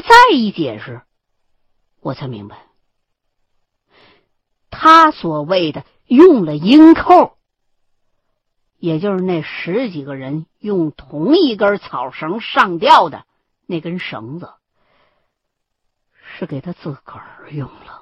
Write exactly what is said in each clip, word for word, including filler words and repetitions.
再一解释，我才明白，他所谓的用了鹰扣，也就是那十几个人用同一根草绳上吊的那根绳子，是给他自个儿用了。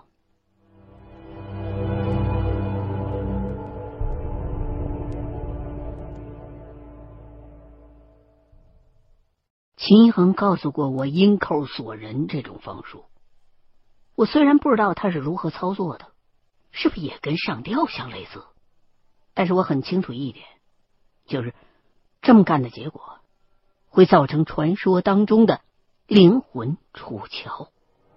秦一恒告诉过我鹰扣锁人这种方术，我虽然不知道他是如何操作的，是不是也跟上吊相类似，但是我很清楚一点，就是这么干的结果会造成传说当中的灵魂出窍。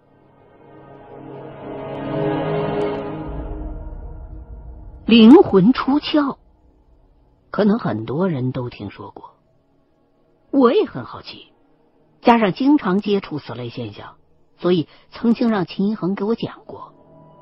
灵魂出窍，可能很多人都听说过，我也很好奇，加上经常接触此类现象，所以曾经让秦一恒给我讲过。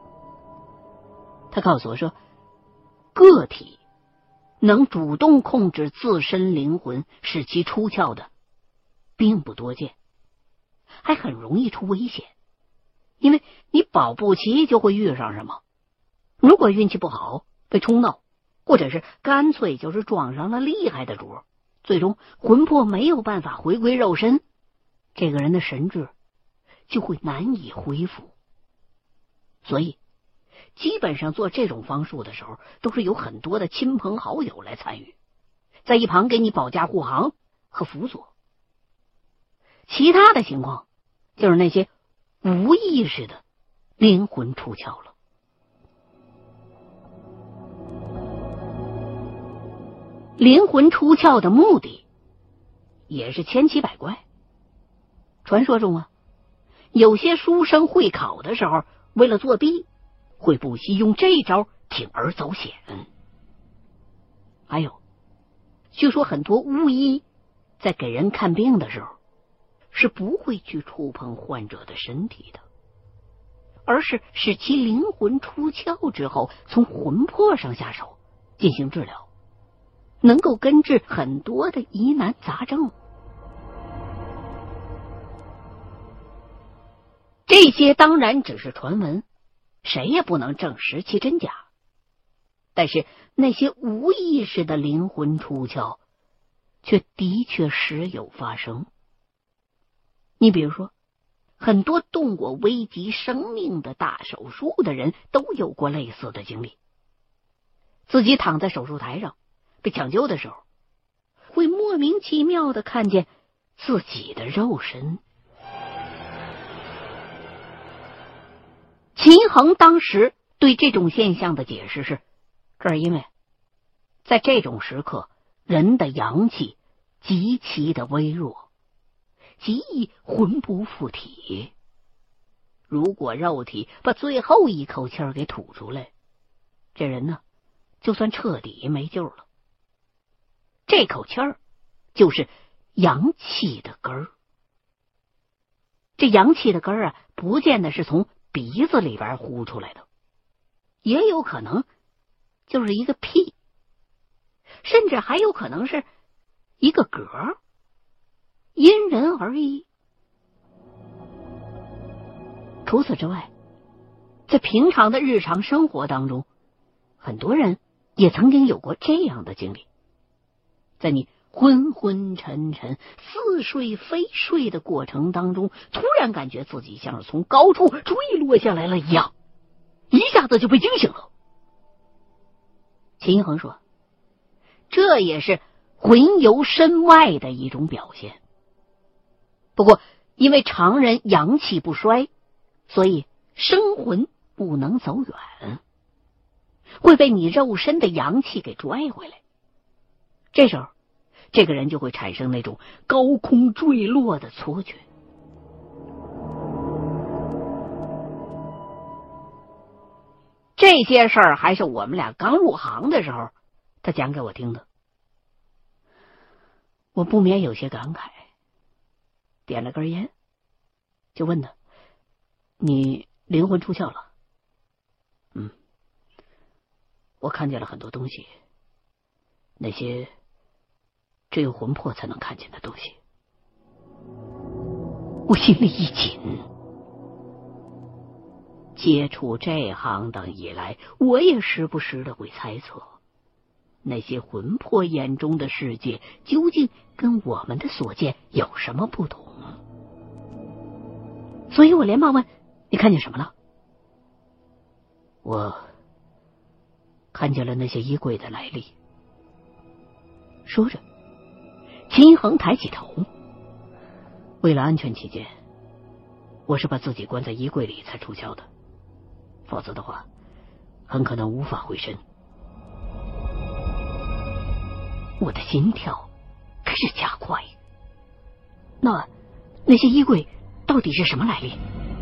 他告诉我说，个体能主动控制自身灵魂使其出窍的并不多见，还很容易出危险，因为你保不齐就会遇上什么，如果运气不好被冲到，或者是干脆就是撞上了厉害的主，最终魂魄没有办法回归肉身，这个人的神智就会难以恢复。所以基本上做这种方术的时候，都是有很多的亲朋好友来参与，在一旁给你保驾护航和辅佐。其他的情况就是那些无意识的灵魂出窍了。灵魂出窍的目的也是千奇百怪。传说中啊，有些书生会考的时候，为了作弊，会不惜用这招铤而走险。还有，据说很多巫医在给人看病的时候，是不会去触碰患者的身体的，而是使其灵魂出窍之后，从魂魄上下手进行治疗，能够根治很多的疑难杂症。这些当然只是传闻，谁也不能证实其真假。但是那些无意识的灵魂出窍，却的确时有发生。你比如说，很多动过危及生命的大手术的人都有过类似的经历。自己躺在手术台上被抢救的时候，会莫名其妙地看见自己的肉身。秦衡当时对这种现象的解释是，这是因为在这种时刻，人的阳气极其的微弱，极易魂不附体。如果肉体把最后一口气儿给吐出来，这人呢，就算彻底没救了。这口气儿就是阳气的根儿。这阳气的根儿啊，不见得是从鼻子里边呼出来的，也有可能就是一个屁，甚至还有可能是一个嗝，因人而异。除此之外，在平常的日常生活当中，很多人也曾经有过这样的经历。在你昏昏沉沉、似睡非睡的过程当中，突然感觉自己像是从高处坠落下来了一样，一下子就被惊醒了。秦一恒说，这也是魂游身外的一种表现。不过因为常人阳气不衰，所以生魂不能走远，会被你肉身的阳气给拽回来。这时候这个人就会产生那种高空坠落的错觉。这些事儿还是我们俩刚入行的时候他讲给我听的，我不免有些感慨，点了根烟，就问他，你灵魂出窍了？嗯，我看见了很多东西，那些只有魂魄才能看见的东西。 我心里一紧。接触这行当以来，我也时不时的会猜测，那些魂魄眼中的世界究竟跟我们的所见有什么不同。所以我连忙问：“你看见什么了？”我看见了那些衣柜的来历。说着，秦一恒抬起头。为了安全起见，我是把自己关在衣柜里才出窍的，否则的话，很可能无法回身。我的心跳开始加快。那那些衣柜到底是什么来历？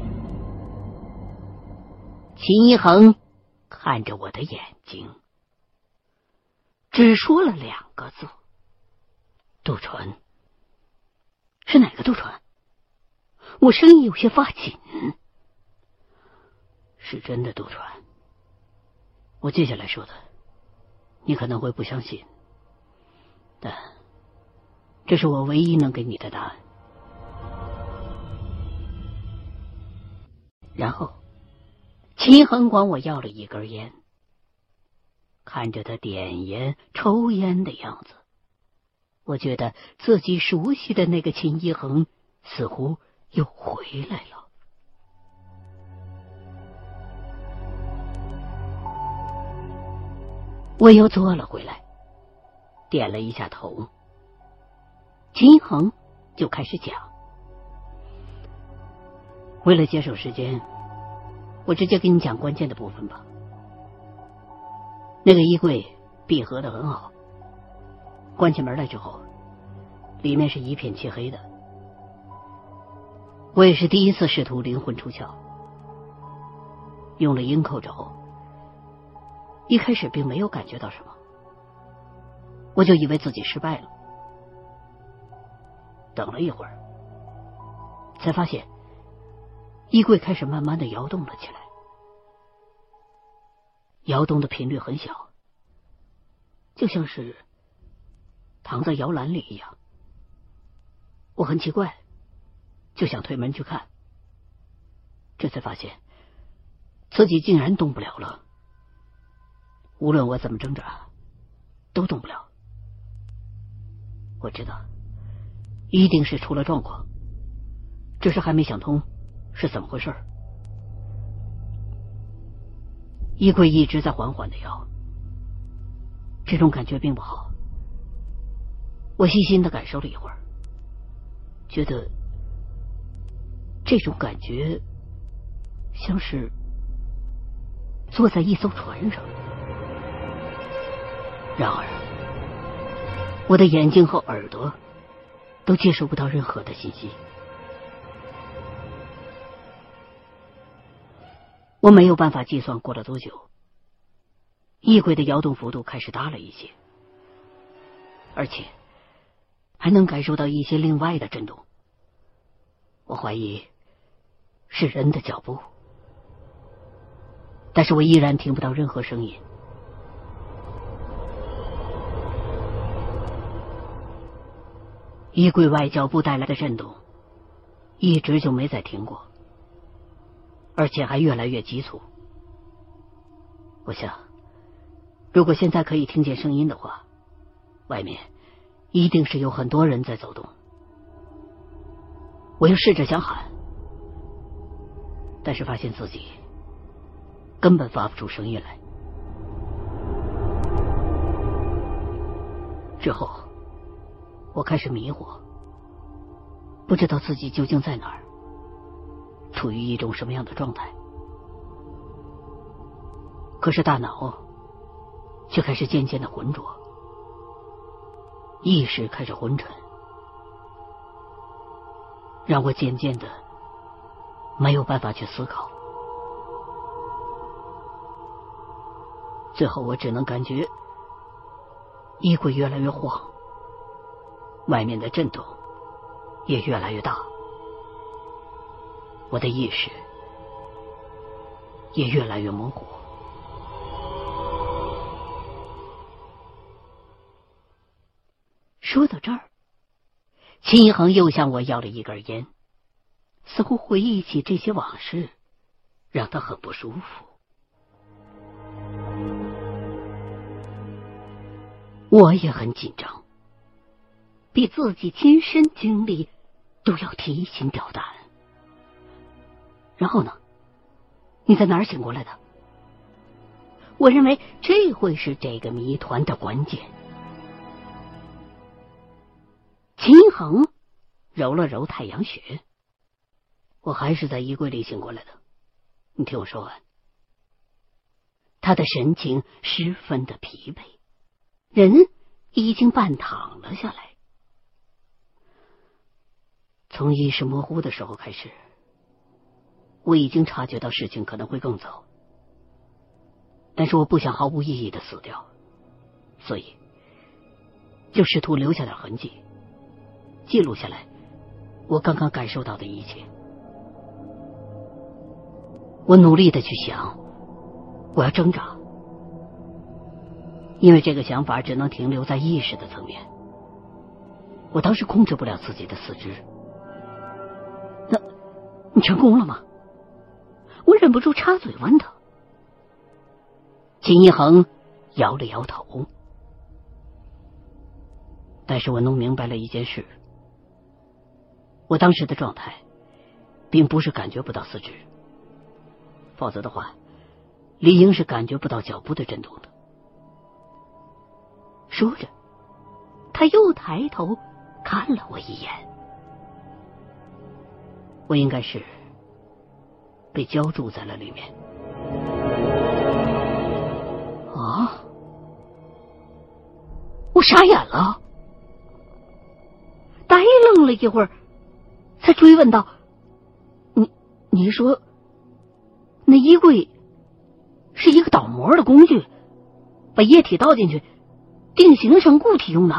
秦一恒看着我的眼睛，只说了两个字：渡船。是哪个渡船？我声音有些发紧。是真的渡船。我接下来说的，你可能会不相信，但这是我唯一能给你的答案。然后秦恒管我要了一根烟，看着他点烟抽烟的样子，我觉得自己熟悉的那个秦一恒似乎又回来了。我又坐了回来，点了一下头。秦一恒就开始讲。为了节省时间，我直接给你讲关键的部分吧。那个衣柜闭合得很好，关起门来之后，里面是一片漆黑的。我也是第一次试图灵魂出窍，用了阴扣之后，一开始并没有感觉到什么，我就以为自己失败了。等了一会儿，才发现衣柜开始慢慢的摇动了起来，摇动的频率很小，就像是躺在摇篮里一样。我很奇怪，就想推门去看，这才发现自己竟然动不了了。无论我怎么挣扎，都动不了。我知道一定是出了状况，只是还没想通是怎么回事。衣柜一直在缓缓的摇，这种感觉并不好。我细心的感受了一会儿，觉得这种感觉像是坐在一艘船上。然而我的眼睛和耳朵都接收不到任何的信息。我没有办法计算过了多久，衣柜的摇动幅度开始大了一些，而且还能感受到一些另外的震动。我怀疑是人的脚步，但是我依然听不到任何声音。衣柜外脚步带来的震动一直就没再停过，而且还越来越急促。我想，如果现在可以听见声音的话，外面一定是有很多人在走动。我又试着想喊，但是发现自己根本发不出声音来。之后我开始迷惑，不知道自己究竟在哪儿，处于一种什么样的状态。可是大脑却开始渐渐的浑浊，意识开始昏沉，让我渐渐的没有办法去思考。最后我只能感觉衣柜越来越晃，外面的震动也越来越大，我的意识也越来越模糊。说到这儿，秦一恒又向我要了一根烟， 似乎回忆起这些往事，让他很不舒服。我也很紧张，比自己亲身经历都要提心吊胆。然后呢？你在哪儿醒过来的？我认为这会是这个谜团的关键。秦恒揉了揉太阳穴，我还是在衣柜里醒过来的。你听我说完。他的神情十分的疲惫，人已经半躺了下来。从意识模糊的时候开始，我已经察觉到事情可能会更糟，但是我不想毫无意义的死掉，所以就试图留下点痕迹，记录下来我刚刚感受到的一切。我努力的去想，我要挣扎，因为这个想法只能停留在意识的层面。我当时控制不了自己的四肢。那你成功了吗？我忍不住插嘴问他。秦一恒摇了摇头。但是我弄明白了一件事，我当时的状态并不是感觉不到四肢，否则的话理应是感觉不到脚步的震动的。说着，他又抬头看了我一眼。我应该是被浇筑在了里面。啊！我傻眼了，呆愣了一会儿，才追问道：“你你说那衣柜是一个倒模的工具，把液体倒进去定型成固体用的？”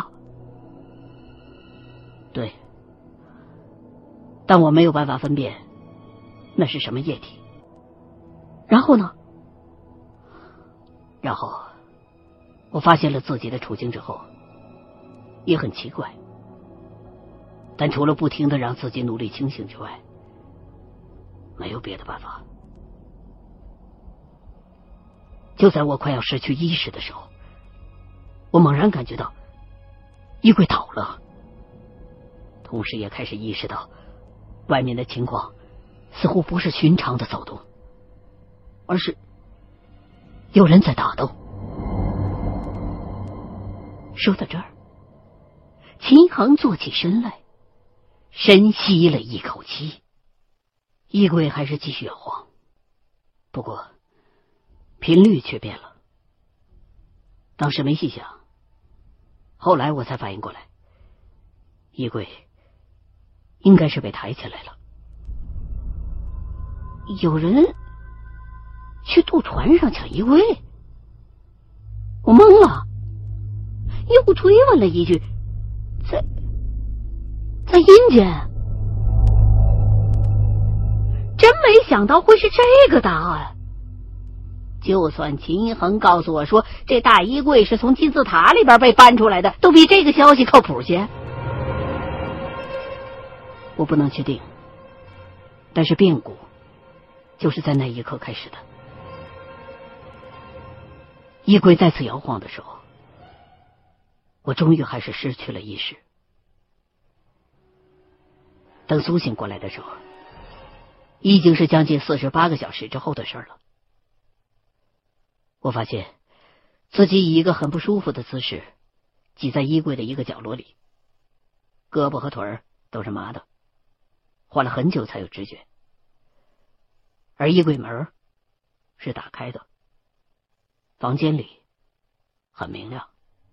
对，但我没有办法分辨那是什么液体。然后呢？然后我发现了自己的处境之后，也很奇怪，但除了不停的让自己努力清醒之外，没有别的办法。就在我快要失去意识的时候，我猛然感觉到衣柜倒了，同时也开始意识到外面的情况似乎不是寻常的躁动，而是有人在打斗。说到这儿，秦恒坐起身来，深吸了一口气。衣柜还是继续摇晃，不过频率却变了。当时没细想，后来我才反应过来，衣柜应该是被抬起来了。有人去渡船上抢衣柜？我懵了，又追问了一句：“在在阴间？”真没想到会是这个答案。就算秦一恒告诉我说这大衣柜是从金字塔里边被搬出来的，都比这个消息靠谱些。我不能确定，但是变故就是在那一刻开始的。衣柜再次摇晃的时候，我终于还是失去了意识。等苏醒过来的时候，已经是将近四十八个小时之后的事了。我发现自己以一个很不舒服的姿势挤在衣柜的一个角落里，胳膊和腿儿都是麻的，花了很久才有知觉。而衣柜门是打开的，房间里很明亮。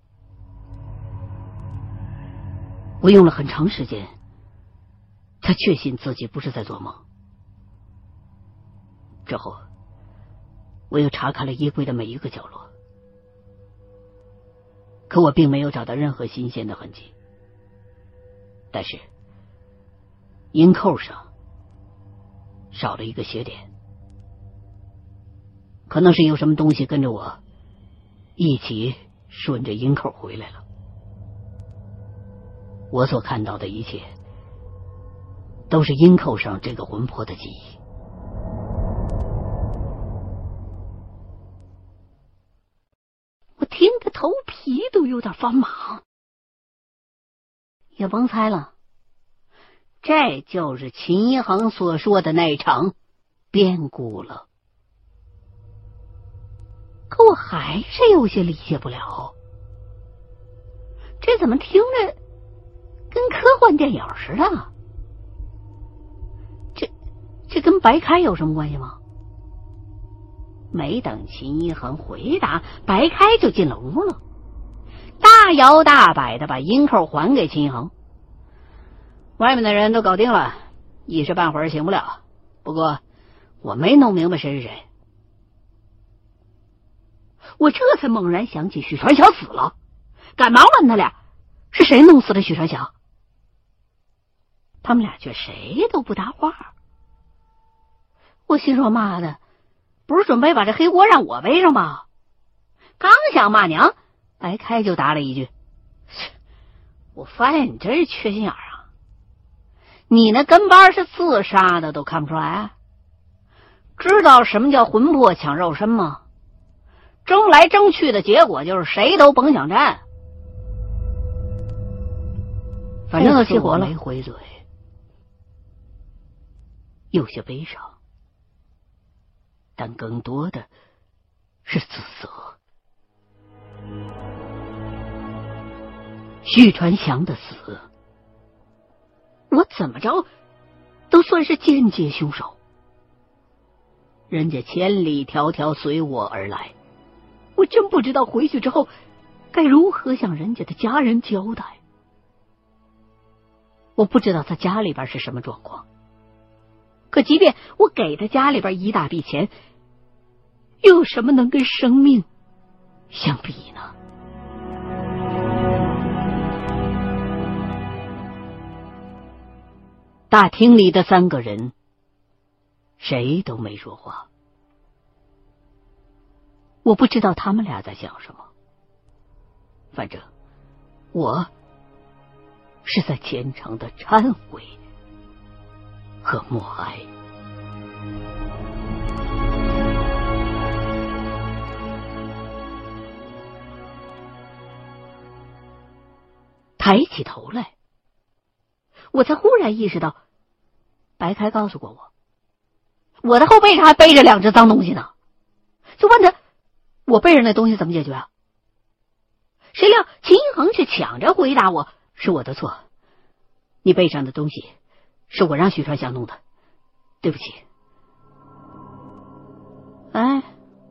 我用了很长时间才确信自己不是在做梦。之后我又查看了衣柜的每一个角落，可我并没有找到任何新鲜的痕迹。但是银扣上少了一个鞋点，可能是有什么东西跟着我一起顺着银扣回来了。我所看到的一切都是营口上这个魂魄的记忆。我听得头皮都有点发麻。也甭猜了，这就是秦一恒所说的那场变故了。可我还是有些理解不了，这怎么听着跟科幻电影似的？这这跟白开有什么关系吗？没等秦一恒回答，白开就进了屋了，大摇大摆的把银扣还给秦一恒。外面的人都搞定了，一时半会儿醒不了，不过我没弄明白谁是谁。我这才猛然想起许传晓死了，赶忙问他俩是谁弄死了许传晓。他们俩却谁都不答话。我心说妈的，不是准备把这黑锅让我背上吗？刚想骂娘，白开就答了一句：我发现你真是缺心眼啊，你那跟班是自杀的都看不出来？知道什么叫魂魄抢肉身吗？争来争去的结果就是谁都甭想占。反正都气活了，没回嘴，有些悲伤，但更多的是自责。许传祥的死，我怎么着都算是间接凶手。人家千里迢迢随我而来，我真不知道回去之后该如何向人家的家人交代。我不知道他家里边是什么状况，可即便我给他家里边一大笔钱，又有什么能跟生命相比呢？大厅里的三个人谁都没说话，我不知道他们俩在想什么，反正我是在虔诚的忏悔和默哀。抬起头来，我才忽然意识到，白开告诉过我，我的后背上还背着两只脏东西呢。就问他，我背上那东西怎么解决啊？谁料秦一恒却抢着回答我，是我的错，你背上的东西是我让许传祥弄的，对不起。哎，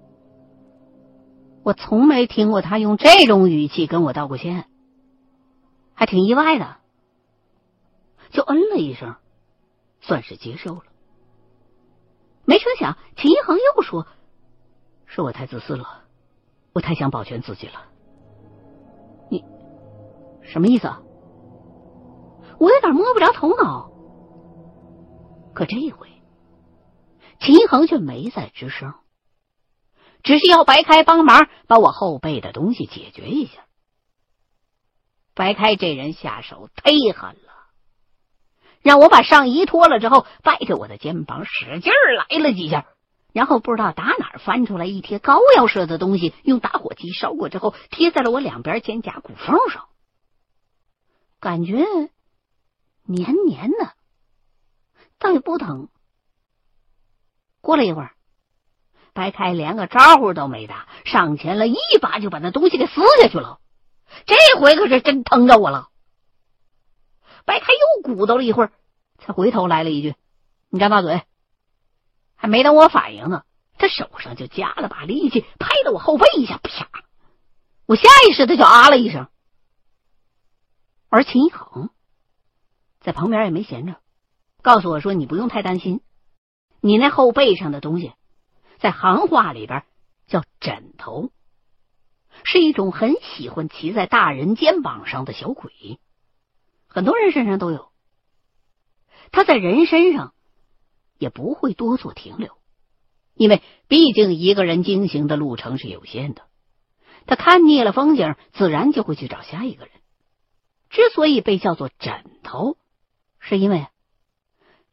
我从没听过他用这种语气跟我道过歉，还挺意外的，就嗯了一声，算是接受了。没成想秦一恒又说，是我太自私了，我太想保全自己了。你什么意思啊？我有点摸不着头脑。可这一回秦一恒却没再吱声，只是要白开帮忙把我后背的东西解决一下。白开这人下手忒狠了，让我把上衣脱了之后，掰着我的肩膀使劲儿来了几下，然后不知道打哪儿翻出来一贴膏药似的东西，用打火机烧过之后，贴在了我两边肩胛骨缝上，感觉黏黏的，倒也不疼。过了一会儿，白开连个招呼都没打，上前了一把就把那东西给撕下去了。这回可是真疼着我了。白开又鼓捣了一会儿，才回头来了一句，你张大嘴。还没等我反应呢，他手上就加了把力气，拍了我后背一下，啪！我下意识的就啊了一声。而秦一恒在旁边也没闲着，告诉我说，你不用太担心，你那后背上的东西在行话里边叫枕头，是一种很喜欢骑在大人肩膀上的小鬼，很多人身上都有。他在人身上也不会多做停留，因为毕竟一个人经行的路程是有限的，他看腻了风景，自然就会去找下一个人。之所以被叫做枕头，是因为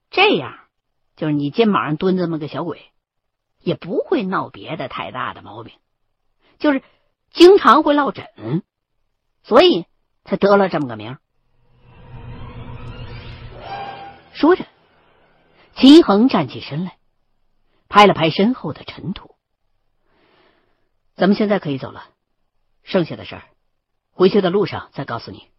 这样就是你肩膀上蹲这么个小鬼，也不会闹别的太大的毛病，就是经常会落枕，所以才得了这么个名。说着，秦一恒站起身来，拍了拍身后的尘土。咱们现在可以走了，剩下的事儿回去的路上再告诉你。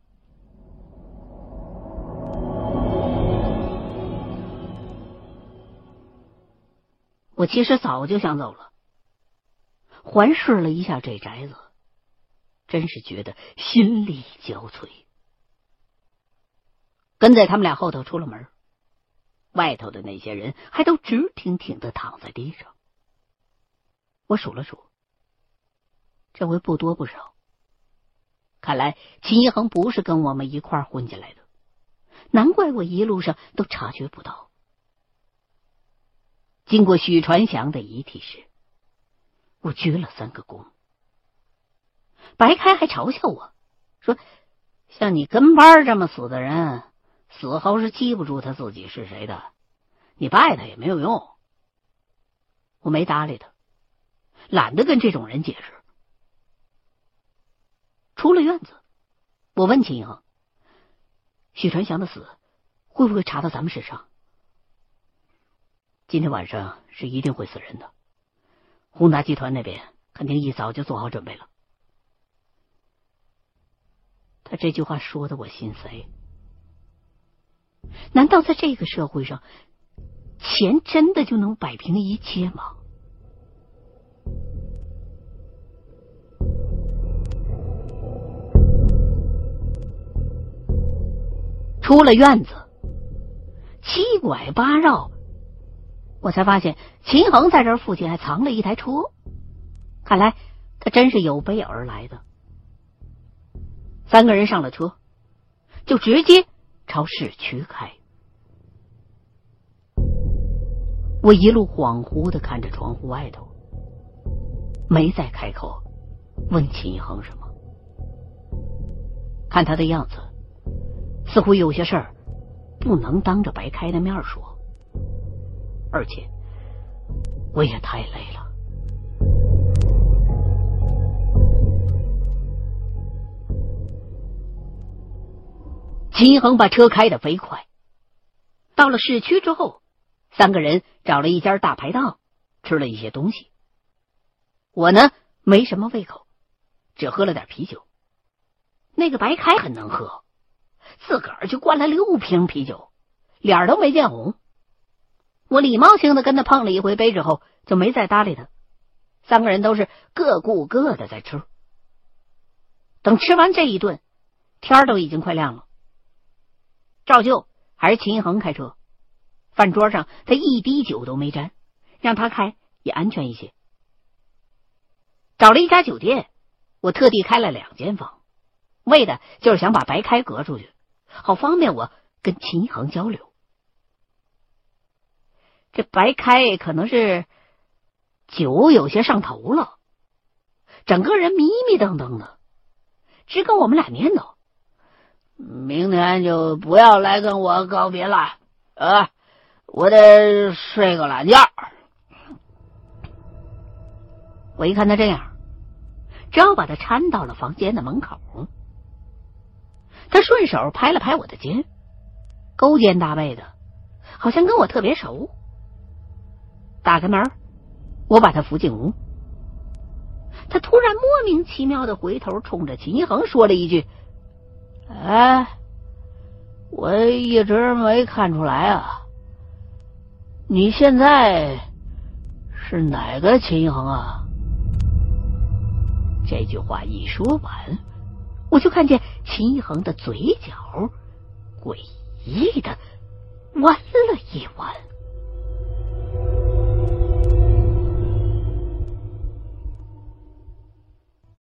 我其实早就想走了，环视了一下这宅子，真是觉得心力交瘁。跟在他们俩后头出了门，外头的那些人还都直挺挺的躺在地上。我数了数，这回不多不少。看来秦一恒不是跟我们一块儿混进来的，难怪我一路上都察觉不到。经过许传祥的遗体时，我鞠了三个躬。白开还嘲笑我说，像你跟班这么死的人，死后是记不住他自己是谁的，你拜他也没有用。我没搭理他，懒得跟这种人解释。出了院子，我问秦一恒，许传祥的死会不会查到咱们身上？今天晚上是一定会死人的，宏达集团那边肯定一早就做好准备了。他这句话说的我心塞。难道在这个社会上，钱真的就能摆平一切吗？出了院子，七拐八绕，我才发现秦恒在这附近还藏了一台车，看来他真是有备而来的。三个人上了车，就直接朝市区开。我一路恍惚地看着窗户外头，没再开口问秦一恒什么。看他的样子，似乎有些事儿不能当着白开的面说，而且我也太累了。秦一恒把车开得飞快，到了市区之后，三个人找了一家大排档，吃了一些东西。我呢，没什么胃口，只喝了点啤酒。那个白开很能喝，自个儿就灌了六瓶啤酒，脸儿都没见红。我礼貌性的跟他碰了一回杯之后，就没再搭理他。三个人都是各顾各的在吃。等吃完这一顿，天儿都已经快亮了。照旧还是秦一恒开车，饭桌上他一滴酒都没沾，让他开也安全一些。找了一家酒店，我特地开了两间房，为的就是想把白开隔出去，好方便我跟秦一恒交流。这白开可能是酒有些上头了，整个人迷迷瞪瞪的，只跟我们俩念叨，明天就不要来跟我告别了，呃，我得睡个懒觉。我一看他这样，只好把他搀到了房间的门口。他顺手拍了拍我的肩，勾肩搭背的，好像跟我特别熟。打开门，我把他扶进屋。他突然莫名其妙的回头冲着秦一恒说了一句，哎，我一直没看出来啊，你现在是哪个秦一恒啊？这句话一说完，我就看见秦一恒的嘴角诡异的弯了一弯。